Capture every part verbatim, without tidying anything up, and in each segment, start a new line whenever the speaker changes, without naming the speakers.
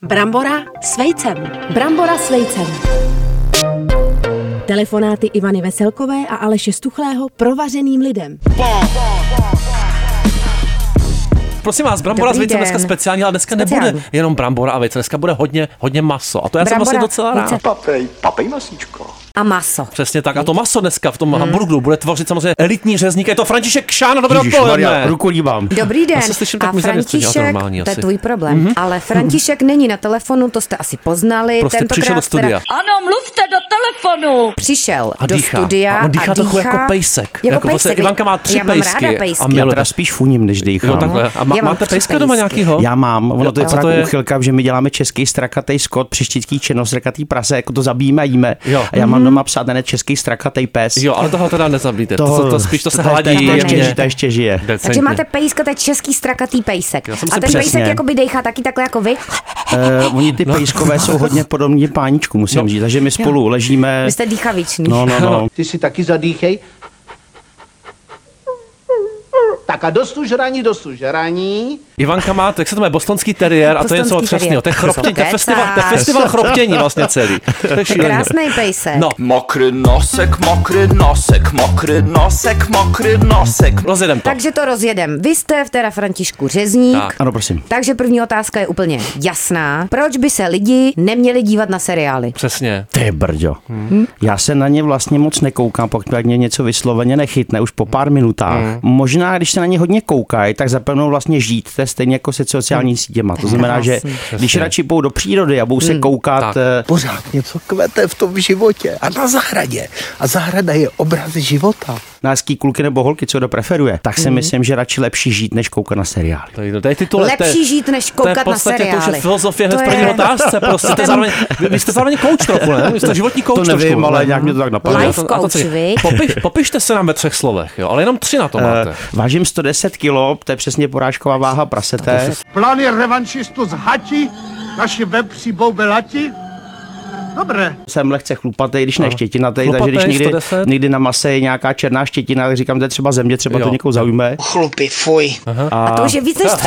Brambora s vejcem. Brambora s vejcem. Telefonáty Ivany Veselkové a Aleše Stuchlého provařeným lidem.
Prosím vás, brambora s vejcem dneska speciální, ale dneska speciální. Nebude jenom brambora a vejce, dneska bude hodně, hodně maso. A to já brambora, jsem vlastně docela rád.
Papej, papej masíčko.
A maso.
Přesně tak. A to maso dneska v tom hmm. hamburgeru bude tvořit samozřejmě elitní řezník. Je to František Kšán, dobré odpoledne.
Ruku líbám.
Dobrý den.
Slyším,
a František, to je tvůj problém, mm-hmm. ale František není na telefonu, to jste asi poznali.
Prostě
tentokrát
přišel do studia.
Teda...
Ano, mluvte do telefonu.
Přišel
a
do
dýchá.
studia
a on dýchá
a
trochu
dýchá
jako pejsek.
Jako
jako
pejsek.
Ivanka má tři
já mám
pejsky.
ráda pejsky.
A já teda spíš funím, než dýchám.
Jo, takhle. A má, máte pejska doma nějakýho?
Já mám. Ono to je
celá
úchylka, že my děláme český strakatej skot, příštický černosrakatý prase, jako to zabijíme a jíme. A já mám doma psa, ten český strakatej pes.
Jo, ale toho teda nezabíte. To, to, to spíš to se
to
hladí.
To ještě, žije, to ještě žije.
Takže máte pejska, to je český strakatý pejsek. A ten
přesně.
pejsek jakoby dejchá taky takhle jako vy.
Uh, oni ty no. pejskové jsou hodně podobní páničku, musím no. říct. Takže my spolu ležíme.
Vy jste dýchaviční.
No, no, no.
Ty si taky zadýchej. Tak a dostu žraní, dostu žraní.
Ivanka má, jak se to jmenuje, bostonský teriér a to je něco otřesného. To je chroptění, to je festival, to je festival chroptění vlastně celý.
Krásný pejsek.
No.
Mokrý nosek, mokrý nosek, mokrý nosek, mokrý nosek.
Rozjedem to.
Takže to rozjedem. Vy jste v teda Františku řezník.
Tak.
Ano, prosím.
Takže první otázka je úplně jasná. Proč by se lidi neměli dívat na seriály?
Přesně.
Ty brďo. Hmm. Já se na ně vlastně moc nekoukám, pokud mě něco vysloveně nechytne už po pár minutách. Hmm. Možná, když se na ně hodně koukají, tak zapevnou vlastně žít. To je stejně jako se sociální sítěma. To znamená, že když radši půjdou do přírody a budou se koukat...
Hmm. Pořád něco kvete v tom životě a na zahradě. A zahrada je obraz života.
Náský kluky nebo holky, co to preferuje, tak si hmm. myslím, že radši lepší žít, než koukat na seriály.
To je titul,
lepší žít, než koukat na seriály.
To je filozofie hned v první otázce. Prostě to zároveň, vy jste zároveň kouč trochu, ne? Vy jste životní kouč.
To nevím, ale nějak mě to tak napadlo.
Life coach, vy.
Popiš, popište se nám ve třech slovech, jo, ale jenom tři na to máte. Uh,
vážím sto deset kilo, to je přesně porážková váha prasete.
Plány revanšistu z hati, naši vepři boubelati. Dobré.
Jsem lehce chlupatej, když ne štětinatej, takže když někdy, někdy na mase je nějaká černá štětina, tak říkám, to je třeba země, třeba jo. to někoho zaujme.
Chlupy, fuj.
A, a to už je víc než tři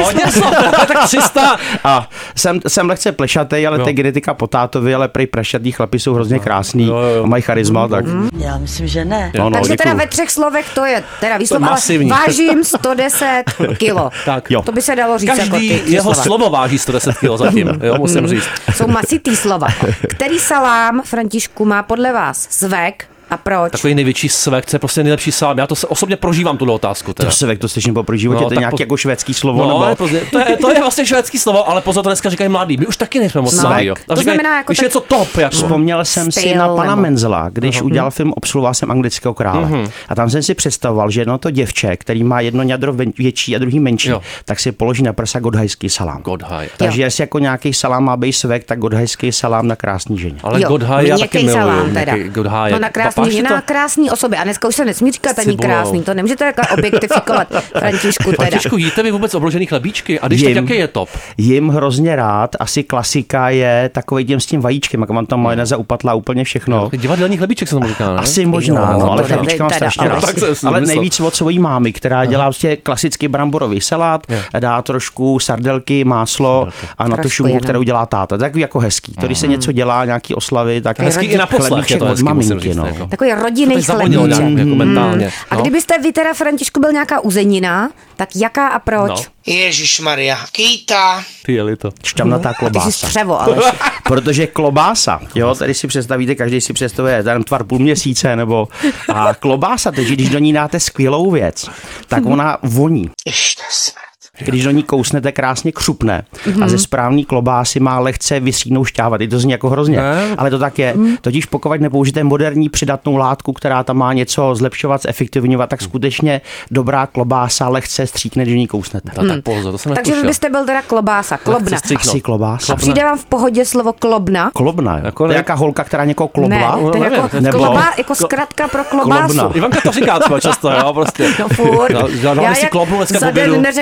tak tři sta.
A jsem, jsem lehce plešatej, ale to je genetika po tátovi, ale prej plešatý chlapi jsou hrozně krásný jo, jo. a mají charisma, tak.
Mm. Já myslím, že ne.
No, no,
takže
děkuju.
teda ve třech slovech to je teda výslovně, ale vážím sto deset kilo.
Tak
jo.
To by se dalo říct.
Každý
jako ty
jeho slovo váží sto deset kilo zatím, jo, musím říct.
Jsou masitý slova. Který salám, Františku, má podle vás svek a proč?
Takový největší svek, to je prostě nejlepší salám. Já to se osobně prožívám tuhle otázku. Teda.
To svek, to slyším po životě, no, to je nějaké po... jako švédský slovo.
No,
nebo...
prostě, to, je, to je vlastně švédský slovo, ale pozor, to dneska říkají mladí. My už taky nejsme moc
no,
mladí. Jo.
To
říkají,
znamená, jako
když
tak...
je co top. Jako.
Vzpomněl jsem
Styl,
si na pana
nebo...
Menzela, když uh-huh. udělal film Obsluhoval jsem anglického krále. Uh-huh. A tam jsem si představoval, že jedno to děvče, který má jedno ňadro větší a druhý menší, jo. tak si položí na prsa godhajský salám.
Godhaj.
Takže jestli jako nějaký salám má být svek, tak godhajský salám na krásný ženě.
Ale godhaj já taky miluju.
No na krásný ženě, na krásný osoby. A dneska už se nesmí říkat ani krásný. To nemůžete takhle objektifikovat, Františku teda.
Františku, jíte vy vůbec obložený chlebíčky? A když jim, tak jaký je top?
Jim hrozně rád. Asi klasika je takový těm s tím vajíčkem, jak mám tam majoneza upatlá úplně všechno.
Divadelní chlebíček se tomu říká, ne?
Asi možná, jo, no, ale chlebíčka mám strašně rád. Ale nejvíc od svojí mámy, která dělá vlastně klasický bramborový salát, dá trošku sardelky, máslo a na tu šunku, kterou dělá táta. Takový jako hezký. To, když se něco dělá, nějaký oslavy, tak
hezký i na poslech je to hezký, musím říct.
Takový rodinný chlebíček.
Jako mentálně.
A kdybyste vy teda, Františku, byl nějaká uzenina, tak jaká a proč? No.
Ježišmarja, kýta.
Ty jeli to.
Šťavnatá klobása.
Ty jsi střevo, ale.
Protože klobása, jo, tady si představíte, každý si představuje ten tvar půl měsíce, nebo a klobása, takže když do ní dáte skvělou věc, tak ona voní.
Ještě smrt.
Když do ní kousnete, krásně křupne mm-hmm. a ze správný klobásy má lehce vysínou šťáva. Teď to zní jako hrozně, ne. ale to tak je. Mm. Totiž pokud nepoužijete moderní přidatnou látku, která tam má něco zlepšovat, zefektivňovat, tak skutečně dobrá klobása lehce stříkne, když ní kousnete.
Mm. Tak pozor, to jsem
Takže vy byste byl teda klobása, klobna.
Asi klobása.
A přijde vám v pohodě slovo klobna?
Klobna, jako nějaká holka, která někoho klobla?
Ne, to je jako, nebo... kloba, jako zkratka pro klobásu.
Klobna. Ivanka to říká třeba často, jo, prostě.
No furt.
No, já, já si klobnu dneska
za den neřeknu sto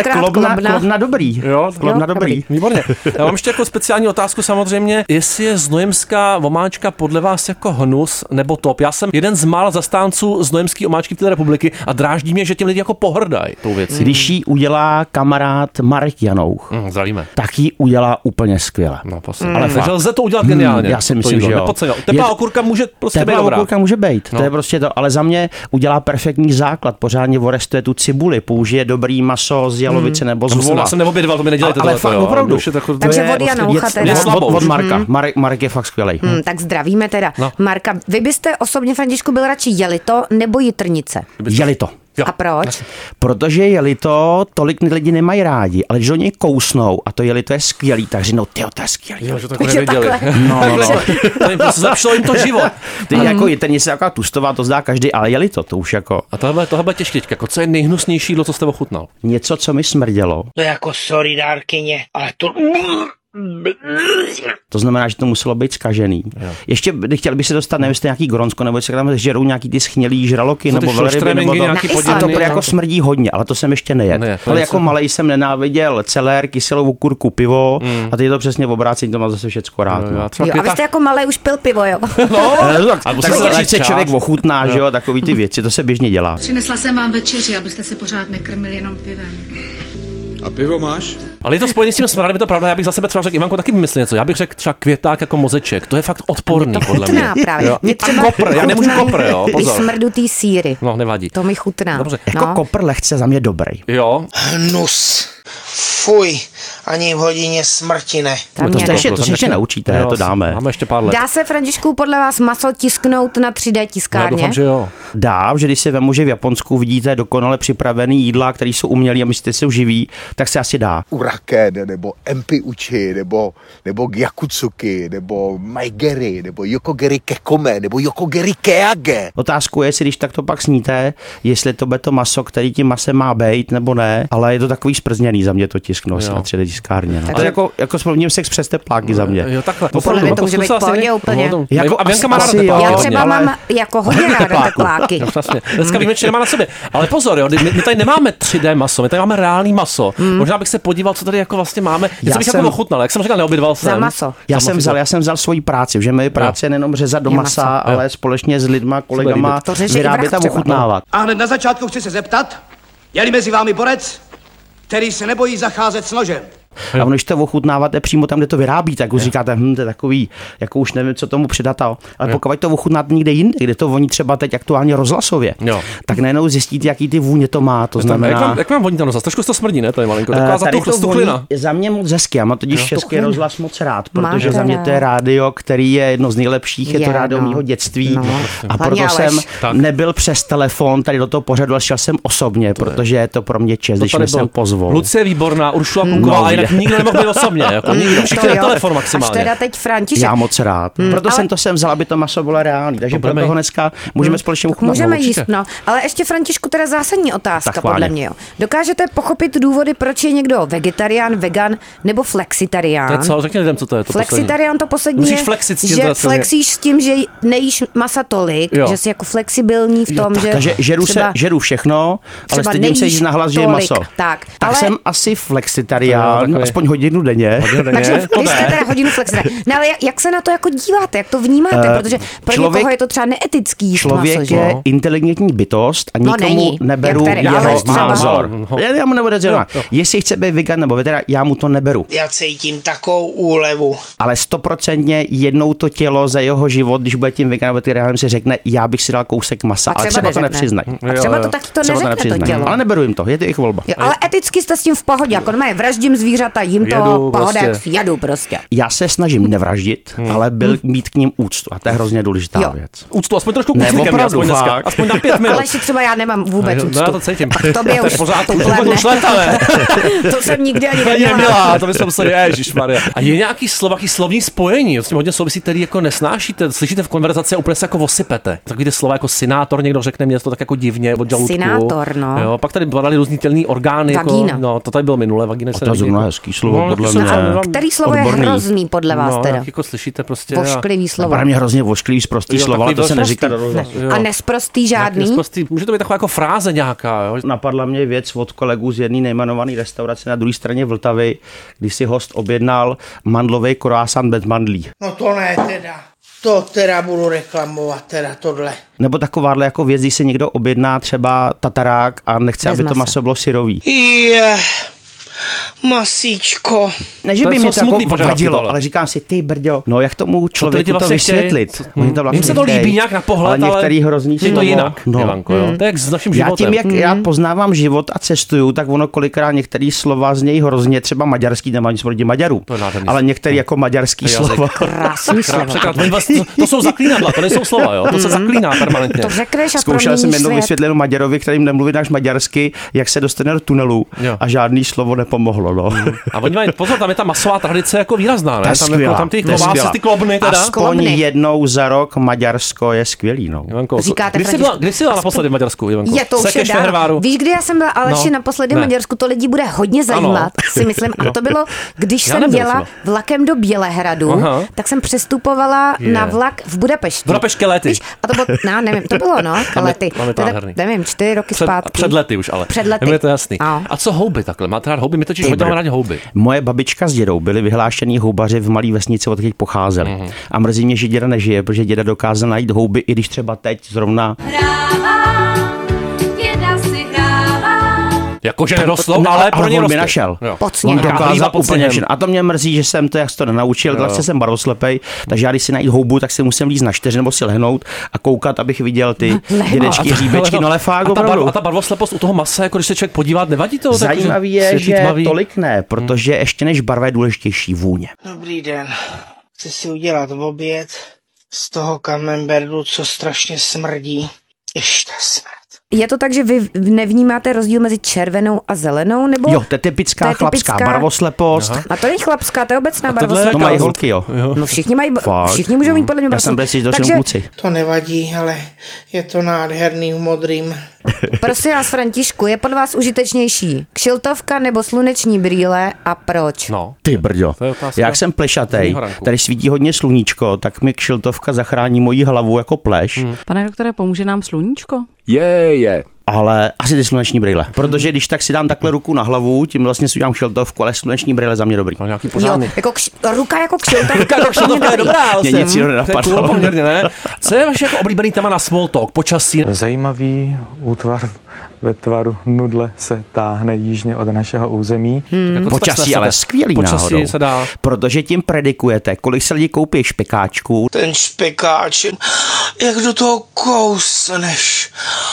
klobna, klobna. klobna dobrý.
Jo,
klobna jo, dobrý.
Výborně. Já mám ještě jako speciální otázku samozřejmě, jestli je znojemská omáčka podle vás jako hnus nebo top. Já jsem jeden z mála zastánců znojemské omáčky v té republiky a dráždí mě, že těm lidi jako pohrdají tou věcí.
Když ji udělá kamarád Marek Janouch,
mm, zdravíme.
Tak ji udělá úplně skvěle.
No, mm. Ale takže lze to udělat geniálně.
Já si myslím, že jo.
Teplá okurka může prostě být dobrá.
Teplá okurka může být. No. To je prostě to, ale za mě udělá perfektní základ. Pořádně vorestuje tu cibuli, použije dobrý maso z jalovice mm. nebo z vola.
Já jsem neobědval, to mi nedělejte
ale
tohle.
Ale opravdu.
Takže od Janoucha teda.
Od Marka. Marek je fakt skvělej.
Tak zdravíme teda. Marka, vy byste osobně, Františku, byl radši jelito nebo jitrnice?
Jelito.
Jo. A proč?
Protože jelito tolik lidí nemají rádi, ale když do něj kousnou a to jelito je skvělý, tak říknou, tyjo, to je skvělý.
Jo, že to nevěděli.
No, no, no.
To zlepšilo jim to život.
Ty mm. jako jitrnice taková tustová, to zdá každý, ale jelito, to už jako...
A tohle, tohle bude těžké, jako co je nejhnusnější jídlo, co jste ochutnal?
Něco, co mi smrdělo.
To je jako sorry, dárkyně, ale to...
To znamená, že to muselo být zkažený. Jo. Ještě chtěl bych se dostat, nevím, jestli nějaký Gronsko, nebo jestli tam žerou nějaký ty schnilý žraloky, nebo velryby, nebo to. A to jako smrdí hodně, ale to jsem ještě nejedl. Ne, ale jako malej jsem nenáviděl celér, kyselou okurku, pivo mm. a teď je to přesně v obrácení, to mám zase všecko rád.
No, jo, a vy jste jako malej už pil pivo, jo?
No, tak, tak, tak se člověk ochutná, že jo, takový ty věci, to se běžně dělá.
Přinesla jsem vám večeři, abyste se pořád nekrmili jenom pivem.
A pivo máš?
Ale je to spojený s tím smradem, je to pravda, já bych za sebe třeba řekl, Ivanko, taky vymyslel něco. Já bych řekl třeba květák jako mozeček, to je fakt odporný,
to
podle
chutná,
mě.
Právě.
Jo. Mě třeba kopr, já nemůžu kopr, jo, pozor.
I smrdutý sýry.
No, nevadí.
To mi chutná.
Dobře.
Jako
no.
kopr lehce za mě dobrý.
Jo.
Hnus. Fuj, ani v hodině smrti ne.
No to ještě, to ještě naučíte, jo, to dáme.
Máme ještě pár let.
Dá se, Františku, podle vás maso tisknout na tři dé tiskárně?
Já doufám, že jo.
Dá, že když si vemu, že v Japonsku vidíte dokonale připravený jídla, které jsou umělý a myslíte, že jsou živý, tak se asi dá.
Uraken, nebo empi uchi, nebo, nebo gyakutsuki, nebo maigeri, nebo yokogeri kekome, nebo yokogeri keage.
Otázku je, jestli když tak to pak sníte, jestli to bude to maso, který tím masem má být, nebo ne, ale je to takový sprzněný za mě to tisknout na tři dé tiskárně. No. To je jako, jako spoluvním sex přes tepláky za mě.
Jo, takhle.
Podle to může být pohodě úplně.
Jako,
a Věnka má ráda
tepláky.
Já třeba ale... mám jako hodně ráda tepláky.
No, přesně. Dneska víme, že nemá na sobě. Ale pozor, jo, my, my tady nemáme tři dé maso, my tady máme reálný maso. Mm. Možná bych se podíval, co tady jako vlastně máme. Já bych jsem... jako ochutnal, jak jsem říkal, neobědval jsem.
Za maso.
Já jsem vzal, já jsem vzal svoji práci, že moje práce je nejenom řezat do masa, ale společně s lidma, kolegama vyrábět a ochutnávat.
A hned na začátku chci se zeptat, je-li mezi vámi borec, který se nebojí zacházet s nožem?
A ono, když to ochutnáváte přímo tam, kde to vyrábí, tak už jo. říkáte, hm, to je takový, jako už nevím, co tomu přidat. Ale jo. pokud to ochutnáte někde jinde, kde to voní třeba teď aktuálně rozhlasově, jo. tak najednou zjistíte, jaký ty vůně to má. To znamená,
jak vám, jak vám voní tam rozhlas? Trošku to smrdí, ne? To je malinko. Taková zatuchl, stuchlina.
Za mě moc hezky. Já mám totiž no, český rozhlas moc rád, protože za mě to je rádio, který je jedno z nejlepších, je, je to rádio no. mýho dětství. No. A proto Pani jsem tak. nebyl přes telefon tady do toho pořadu, ale šel jsem osobně, protože je to pro mě čest, když mě sem pozvou.
Lucie Výborná, Uršula Punková, a jinak nikdo nemohl být osobně, jako nikdo, všichni na telefon maximálně.
Až teda teď František.
Já moc rád. Hmm, Proto ale... jsem to sem vzal, aby to maso bylo reálný. Takže pro toho dneska můžeme hmm. společně uchutnat.
Můžeme jíst, no. Ale ještě, Františku, teda zásadní otázka, podle mě. Jo. Dokážete pochopit důvody, proč je někdo vegetarián, vegan nebo flexitarián?
To je co? Řekni lidem, co to je. To
flexitarián to poslední
Musíš
je,
flexit s tím,
že flexíš s tím, že nejíš masa tolik, jo. že jsi jako flexibilní v tom,
jo, tak,
že
Takže žeru, se, žeru všechno, ale stydím se jíst nahlas, že je maso.
Tak,
tak jsem asi flexitarián, aspoň hodinu denně.
Takže vy jste teda hodinu flexitarián. No ale jak se na to jako díváte, jak to vnímáte, uh, protože pro člověk, někoho je to třeba neetický.
Člověk maso, je inteligentní bytost a nikomu no, neberu jeho názor. Já mu nebudu říct, jestli chce být vegan nebo vegetarián, já mu to neberu.
Já cítím takovou úlevu.
Ale stoprocentně jednou to tělo za jeho život, když bude tím vegan nebo vegetariánem, si řekne, já bych si dal kousek masa, ale třeba to nepřiznají.
A třeba to taky to neřekne to tělo.
Ale neberu jim to, je to jejich volba.
Ale eticky jste s tím v pohodě, jako ne, vraždím zvířata, jim to pohoda, jedu prostě.
Já se snažím nevraždit, hmm. ale byl mít k ním úctu. A to je hrozně důležitá jo. věc.
Úctu, aspoň trošku kuflíkem, aspoň dneska. Aspoň na pět minut.
Ale ještě třeba já nemám vůbec
no,
úctu.
No, já to cítím.
A to by už
pořád to už let, ale.
To jsem nikdy ani neměla.
neměla. To bychom se, ježišmarja. A je nějaký slova, jaký slovní spojení, s tím hodně souvisí, který jako nesnášíte. Slyšíte v konverzaci a úplně se jako osypete. Takový ty slova jako synátor, někdo řekne mě to tak jako divně od žaludku.
Synátor, no.
Jo, pak tady badaly různý tělní orgány.
Vagína.
Jako, no, to tady bylo minule, vagína se
nevidí. hezký slovo,
no,
podle
mě.
A který slovo odborný. Je hrozný podle vás
no,
teda?
jako slyšíte prostě.
Vošklivý slovo.
Pro mě hrozně vošklivý, sprostý slovo, ale to se neříká.
Ne. A nesprostý žádný?
Nesprostý, může to být taková jako fráze nějaká. Jo?
Napadla mě věc od kolegů z jedné nejmenované restaurace na druhé straně Vltavy, kdy si host objednal mandlový croissant bez mandlí.
No to ne teda. To teda budu reklamovat, teda tohle.
Nebo takováhle jako věc, když se někdo objedná třeba tatarák a nechce, bez aby masa. To maso bylo syrový.
Je, masíčko.
Ne, že by mě to jako vadilo, ale říkám si, ty brďo, no jak tomu člověku to, to vysvětlit?
Hmm. Vlastně se to líbí nějak na pohled, ale, ale některý
hrozný
je to jinak, no. Ivanko, jo? To je jak s naším životem.
Já tím, jak hmm. já poznávám život a cestuju, tak ono kolikrát některý slova z něj hrozně, třeba maďarský, nemá nic proti Maďarů, ale některý jako maďarský slova.
Krásný slova.
To jsou zaklínadla, to nejsou slova, jo? To se zaklíná permanentně.
To řekneš a
zkoušel jsem jednou vysvětlit Maďarovi, kterým nemluví náš maďarsky, jak se dostane do tunelu a žádný slovo nepomohlo, no.
A oni mají pozor, tam je ta masová tradice jako výrazná, ne? Tam, jako, tam ty klobásy, ty klobny teda.
Aspoň jednou za rok Maďarsko je skvělý, no.
Ivanko, říkáte kdy jsi byla, kdy jsi byla naposledy v Maďarsku, Ivanko?
Je to už je dávno. Víš, kdy já jsem byla Aleši no, naposledy v Maďarsku, to lidi bude hodně zajímat, ano. si myslím. A to bylo, když já jsem jela vlakem do Bělehradu, aha. tak jsem přestupovala je. na vlak v Budapešti.
Budapešťské lety.
Víš, a to bylo, no, nevím, to bylo, no, lety. Nevím, čtyři roky zpátky.
Před lety už, ale.
Před lety.
Je to jasný. A co houby takhle? Máte rád houby? My totiž hodně rádi houby.
Moje babička s dědou byli vyhlášení houbaři v malé vesnici, odkud pocházeli. Mm-hmm. A mrzí mě, že děda nežije, protože děda dokázal najít houby, i když třeba teď zrovna...
Jakože nerostlo, no, ale pro ně
rostlo. našel. On dokázal úplně všechno. A to mě mrzí, že jsem to, jak to nenaučil, vlastně jsem barvoslepej, takže já když si najít houbu, tak si musím lízt na čtyři nebo si lehnout a koukat, abych viděl ty dědečky, hříbečky, no ale fakt
opravdu. A ta barvoslepost u toho masa, jako když se člověk podívá, nevadí to?
Zajímavý je, že tolik ne, protože ještě než barva je důležitější vůně.
Dobrý den, chci si udělat oběd z toho camembertu, co strašně smrdí. Ještě smrt.
Je to tak, že vy nevnímáte rozdíl mezi červenou a zelenou? Nebo
jo, to je typická, to je typická chlapská barvoslepost. Aha.
A to není chlapská, to je obecná barvoslepost.
To mají holky, jo.
No všichni mají, Fakt. všichni můžou mít podle mě
barvoslepost. Já jsem byl si došel kluci.
To nevadí, ale je to nádherný v modrým.
Prosím vás, Františku, je podle vás užitečnější kšiltovka nebo sluneční brýle a proč?
No.
Ty brďo, jak jsem plešatej, tady svítí hodně sluníčko, tak mi kšiltovka zachrání moji hlavu jako pleš.
Hmm. Pane doktore, pomůže nám sluníčko?
Je, je. Ale asi ty sluneční brýle. Protože když tak si dám takhle ruku na hlavu, tím vlastně si udělám kšiltovku, ale sluneční brýle za mě dobrý.
No, nějaký pořádný.
Jo, jako kš- ruka jako kšiltovka.
Ruka jako kšiltovka je dobrá.
Mě nic jiného nenapadlo.
To je poměrně, ne? Co je vaše jako oblíbený téma na small talk, počasí?
Zajímavý útvar ve tvaru nudle se táhne jižně od našeho území.
Hmm. Jako počasí, ale skvělý
počasí
náhodou.
Se dá.
Protože tím predikujete, kolik se lidi koupí špekáčků.
Ten špekáč, jak do toho kousneš.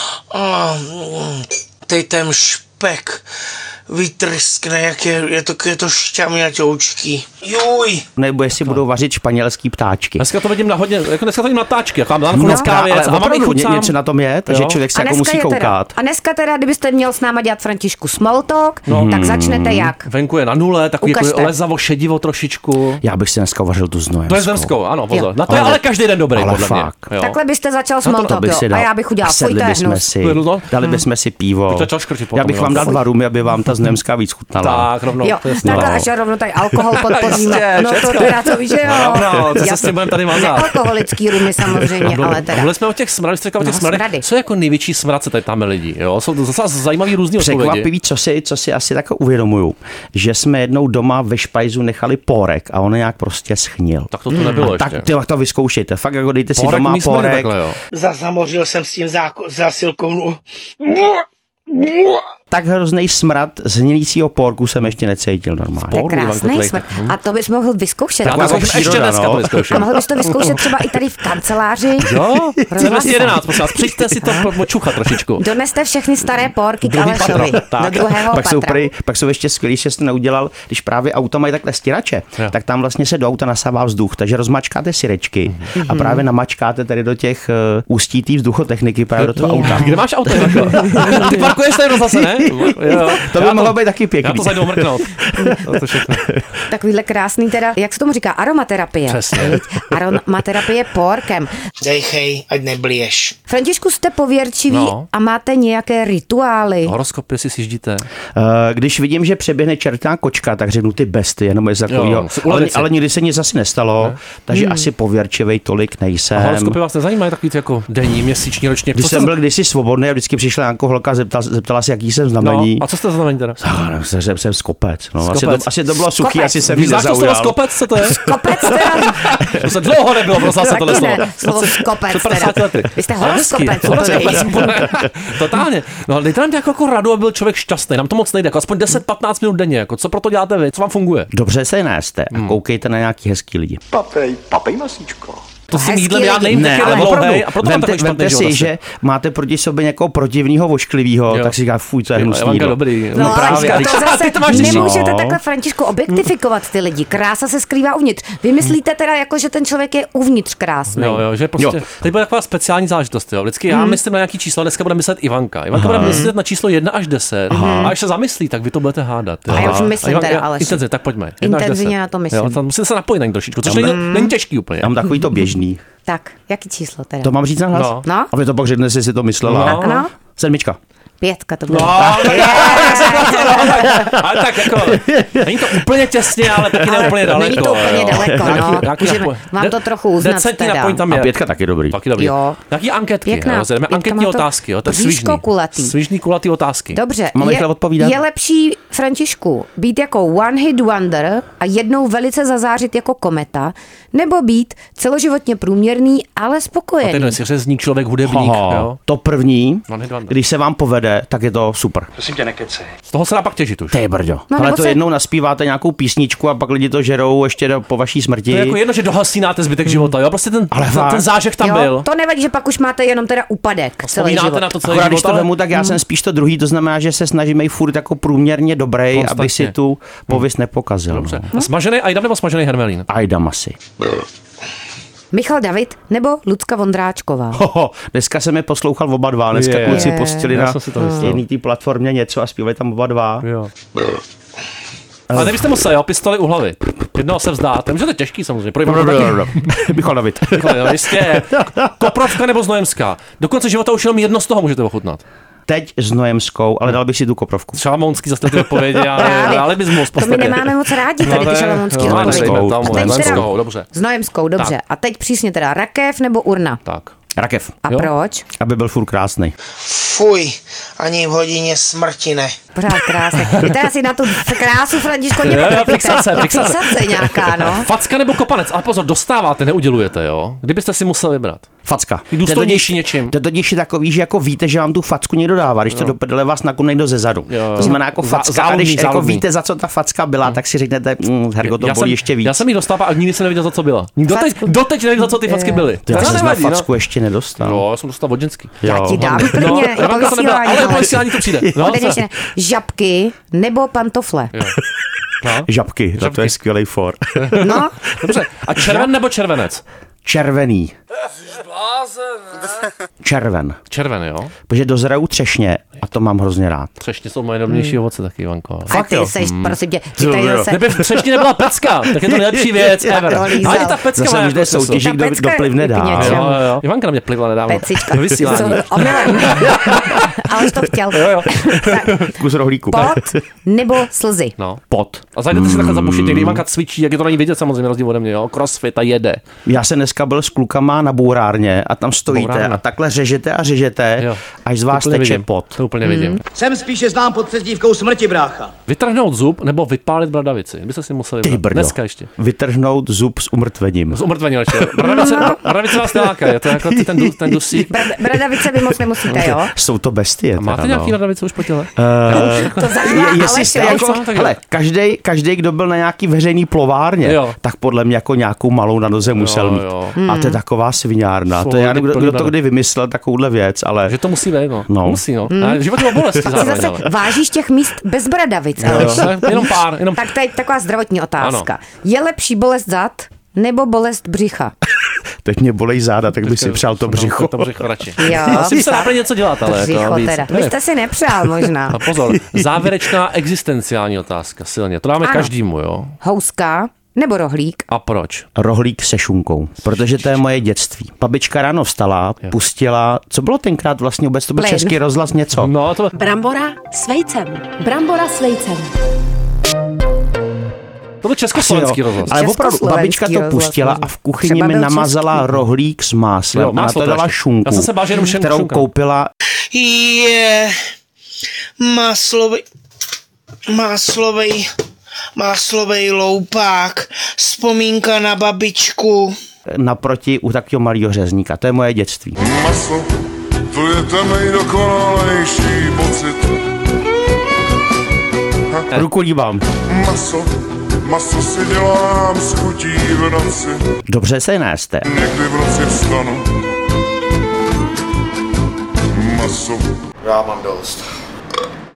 Teď ten špek vytryskne, jak je, je to, je to šťavňatoučký. Juj!
Nebo jestli budou vařit španělský ptáčky.
Dneska to vidím na hodně, jako dneska to vidím na táčky, jako mám cholická věc a mám i chuť sám.
Něco na tom je, takže člověk se jako musí koukat.
Teda, a dneska teda, kdybyste měl s náma dělat, Františku, small talk, no. tak začnete jak?
Venku je na nule, takový jako lezavo, šedivo trošičku.
Já bych si dneska vařil tu znojemskou.
To je znojemskou, ano, pozor. Na to je ale každý den dobrý, podle mě.
Takhle byste začal small talk, jo. A já bych udělal
sedli bychom si, dali bychom si pivo. Já bych vám dal dva rumy, aby vám ta znojemská víc chutnala.
Tak, rovnou.
Jo, takhle až rovnou tady alkohol podpoříme. No to teda to víš, že jo.
No, to se s tím budeme tady mazat.
Alkoholický rumy samozřejmě, ale teda.
Mluvili jsme o těch smradech, jste o těch smradech. Co je jako největší smrad se tady tam lidi, jo? Jsou to zase zajímavý různý odpovědi.
Překvapivý, co si, co si asi tak uvědomuju, že jsme jednou doma ve špajzu nechali pórek a on nějak prostě schnil.
Tak to tu nebylo ještě.
Tak ty to vyzkoušejte. Fakt jako dejte si doma pórek.
Zazamořil jsem s tím zásilkou.
Tak hrozný smrad zhnilícího porku jsem ještě necítil normálně.
To je krásný smrad. A to bys mohl vyzkoušet.
Tak jako příroda, ještě dneska
no. to vyzkoušet.
A mohl bys to vyzkoušet třeba i tady v kanceláři.
Jo, dvacet jedenáct, prosím vás, přijďte si to počuchat trošičku.
Doneste všechny staré porky k Alešovi do druhého
pak
patra.
Jsou prý, pak jsou ještě skvělý, že jste neudělal, když právě auta mají takhle stěrače, jo. tak tam vlastně se do auta nasává vzduch, takže rozmačkáte sirečky mm-hmm. a právě namačkáte tady do těch uh, ústí té vzduchotechniky právě do toho auta.
Kde máš auto? Ty parkuješ tady zase, ne?
To by mohlo být taky pěkný.
Já to zajdu mrknout. To všechno.
Takovýhle krásný teda, jak se tomu říká, aromaterapie.
Přesně.
Aromaterapie porkem.
Dejchej, ať neblíješ.
Františku, jste pověrčiví no. a máte nějaké rituály?
Horoskopy si sjíždíte?
Když vidím, že přeběhne čertná kočka, tak řeknu ty besty, jenom je takovýho. Ale, ale nikdy se nic asi nestalo, ne? takže hmm. asi pověrčivej tolik nejsem.
A horoskopy vás nezajímají, takový ty jako denní, měsíční, roční?
Když jsem byl kdysi svobodný a vždycky přišla nějakou holka, zeptala, zeptala se, jaký jsem znamení.
No, a co jste znamení teda?
No, jsem, jsem skopec. No,
skopec.
Asi, to, asi to bylo suchý, asi jsem ji nezaujal.
Znáš to skopec, co to je?
Skopec teda?
To se dlouho nebylo, prosím se tohle slovo.
Slovo skopec teda. Vy jste horoskopec.
Totálně. No ale dejte nám jako, jako radu, aby byl člověk šťastný. Nám to moc nejde, jako aspoň deset patnáct minut denně. Jako, co pro to děláte vy? Co vám funguje?
Dobře se nejste a koukejte na nějaký hezký lidi.
Papej, papej masíčko.
To si jídlem já nejím taky dlouhej a proto mám takový špatný život.
Vemte si, že máte proti sobě někoho protivního, vošklivýho, tak si říká, fuj, to je hnusný.
Jo, dobrý.
No, no právě. To zase nemůžete takhle, Františku, objektifikovat ty lidi. Krása se skrývá uvnitř. Vy myslíte teda jako, že ten člověk je uvnitř krásný.
Jo, jo, že prostě. Jo. Teď bude taková speciální záležitost, jo. Vždycky já myslím na nějaký číslo, dneska bude myslet Ivanka. Ivanka bude myslet na číslo jedna až deset. A až se zamyslí, tak vy to budete hádat.
A já už myslím teda, ale
intenzivně, tak pojďme.
Intenzivně na to myslím.
Musíte se napojit na ní trošičku, což není těžký úplně.
Mám takový to běžný.
Tak, jaký číslo teda?
To mám říct na hlas?
No.
no.
A vy to pak řekne, jestli si to myslela.
No. no.
Sedmička.
Pětka to bylo.
No, ale tak jako, není to úplně těsně, ale taky ne úplně daleko.
Není to úplně
jo.
daleko, no.
Nějaký, nějaký
Můžeme vám to trochu uznat
decentní
teda.
napojení tam je.
A pětka taky dobrý.
Taky dobrý.
Jo.
Nějaký anketky,
Pěkná,
jo, jdeme anketní otázky, jo, to je svižný.
kulatý.
Svižný kulatý otázky.
Dobře,
Mám
je,
odpovídat?
je lepší, Františku, být jako one hit wonder a jednou velice zazářit jako kometa, nebo být celoživotně průměrný, ale spokojený.
A ten si řezník, člověk, hudebník.
Aha,
jo.
To první, když se vám povede, tak je to super.
Prosím tě, nekecej.
Z toho se dá pak těžit už.
Ty brďo.
No,
ale to
se...
jednou naspíváte nějakou písničku a pak lidi to žerou ještě do, po vaší smrti.
To je jako jedno, že dohasínáte zbytek hmm. života, jo? Prostě ten, ten, ten zážeh tam
jo,
byl.
To nevadí, že pak už máte jenom teda úpadek celý život.
Na to celý
Akorát,
život,
když to
ale...
vemu, tak já hmm. jsem spíš to druhý, to znamená, že se snažíme i furt jako průměrně dobrý, Konstantně. Aby si tu pověst hmm. nepokazil.
Dobře. No. Smažený ajdam nebo smažený hermelín?
Ajdam asi.
Michal David nebo Lucka Vondráčková?
Hoho, dneska jsem je poslouchal oba dva, dneska
je,
kluci
je,
postili na jedné té platformě něco a zpívají tam oba dva.
Jo. Ale nebyste museli, jo, pistoli u hlavy. Jednoho se vzdáte, může to je těžký samozřejmě.
Michal David.
Michal, jo, jistě. Koprovka nebo Znojemská. Do konce života už jenom jedno z toho můžete ochutnat.
Teď s Znojemskou, ale dal bych si tu Koprovku.
Šalamounský zase ty odpovědi, ale alibismus.
To my nemáme moc rádi tady ty šalamounský odpovědi.
Dobře.
S Znojemskou, dobře. A teď přísně teda rakev nebo urna?
Tak.
Rakev.
A jo? Proč?
Aby byl furt krásný.
Fuj, ani v hodině smrti ne.
Pořád krásný. Vy teda si na tu krásu, Františko, nepotrpíte.
Fixace,
fixace. Fixace nějaká, no.
Facka nebo kopanec? Ale pozor, dostáváte, neudělujete, jo? Kdybyste si museli vybrat.
Facka.
Důstojnější něčím.
To totiž je takový, že jako víte, že vám tu facku někdo dává, když to do prdele vás nakonec někdo ze zadu. Jo. To znamená jako facka, záludný, a když jako víte, za co ta facka byla, hmm. tak si řeknete, hm, hergo, to bolí ještě víc.
Já jsem ji dostával a nikdy jsem nevěděl, za co byla. Doteď, doteď nevím, za co ty facky byly.
Já jsem na facku ještě nedostal.
Jo, já jsem dostal od ženský.
Já ti dám klidně, jako vysílání.
Ale vysílání to přijde.
Žabky nebo pantofle.
No. Žabky, Žabky, to je skvělej for.
No.
Dobře, a červen nebo červenec?
Červený. Červen.
Červen, jo?
Protože dozrajou třešně a to mám hrozně rád.
Třešně jsou moje nejlepší hmm. ovoce taky, Ivanko.
A ty seš, hmm. prosím tě, ty tady zase...
Kdyby v třešně nebyla pecka, tak je to nejlepší věc ever. Ale ta pecka
zase můžete soutěžit, kdo, kdo plivne dál.
Jo, jo. Ivanka na mě plivla nedávno.
Pecička.
Vysílání.
Ale už to chtěl.
Jo, jo.
Kus rohlíku.
Pot nebo slzy?
No.
Pot.
A zajdete si takhle zabušit, někdy Ivanka cvičí, jak je to není vidět samozřejmě rozdíl ode mě, jo. Crossfit a jede.
Já jsem dneska byl s klukama na bourárně a tam stojíte Bourárna. A takhle řežete a řežete, jo. Až z vás teče pot.
To úplně vidím. Hmm.
Jsem spíše znám pod přezdívkou smrti, brácha.
Vytrhnout zub nebo vypálit bradavici? Byste si museli vybrat. Dneska ještě.
Vytrhnout zub s umrtvením.
S umrtvením ještě. Bradavice, bradavice vás neláká, je to jako ten, ten dusík.
Bradavice vy moc nemusíte, jo?
Jsou to bestie.
A máte
teda,
nějaký
no.
bradavice už po těle?
Uh,
to zajímá,
je, jestli jste jako, hele, každej, každej, kdo byl na nějaký veřejný plovárně, jo. tak podle mě jako nějakou malou na noze musel jo, mít. Jo. A to je taková sviňárna. To je, já nevím, kdo to kdy vymyslel, takovouhle věc, ale...
Že to musí být, no.
no.
Musí, no. Hmm. Život má bolesti zároveň,
zase
ale.
Vážíš těch míst bez bradavic,
jo, jo. Jenom pár. Jenom...
Tak tady taková zdravotní otázka. Ano. Je lepší bolest zad nebo bolest břicha?
teď mě bolej záda, tak bych si přál to břicho.
To břicho radši.
Jo,
asi se například něco dělat, ale
břicho
to víc.
teda. Vy jste si nepřál možná.
A pozor, závěrečná existenciální otázka, silně. To dáme ano. každému, jo?
Houska nebo rohlík?
A proč?
Rohlík se šunkou, protože to je moje dětství. Babička ráno vstala, pustila, co bylo tenkrát vlastně vůbec, to byl
Plyn.
Český rozhlas něco.
No, to...
Brambora s vejcem. Brambora s vejcem.
To byl československý rozhlas.
Ale opravdu, babička to pustila a v kuchyni mi namazala český. rohlík s máslem. Jo, máslo a na to dala šunku,
Já jsem se bál, že jenom
kterou
šunka.
koupila.
Je máslovej, máslovej, máslovej loupák, vzpomínka na babičku.
Naproti u takového malého řezníka, to je moje dětství.
Maso, to je ten nejdokonalejší pocit.
Ha. Ruku líbám.
Maso, maso si dělám s chutí v noci.
Dobře se nést.
Někdy v noci vstanu. Maso.
Já mám dost.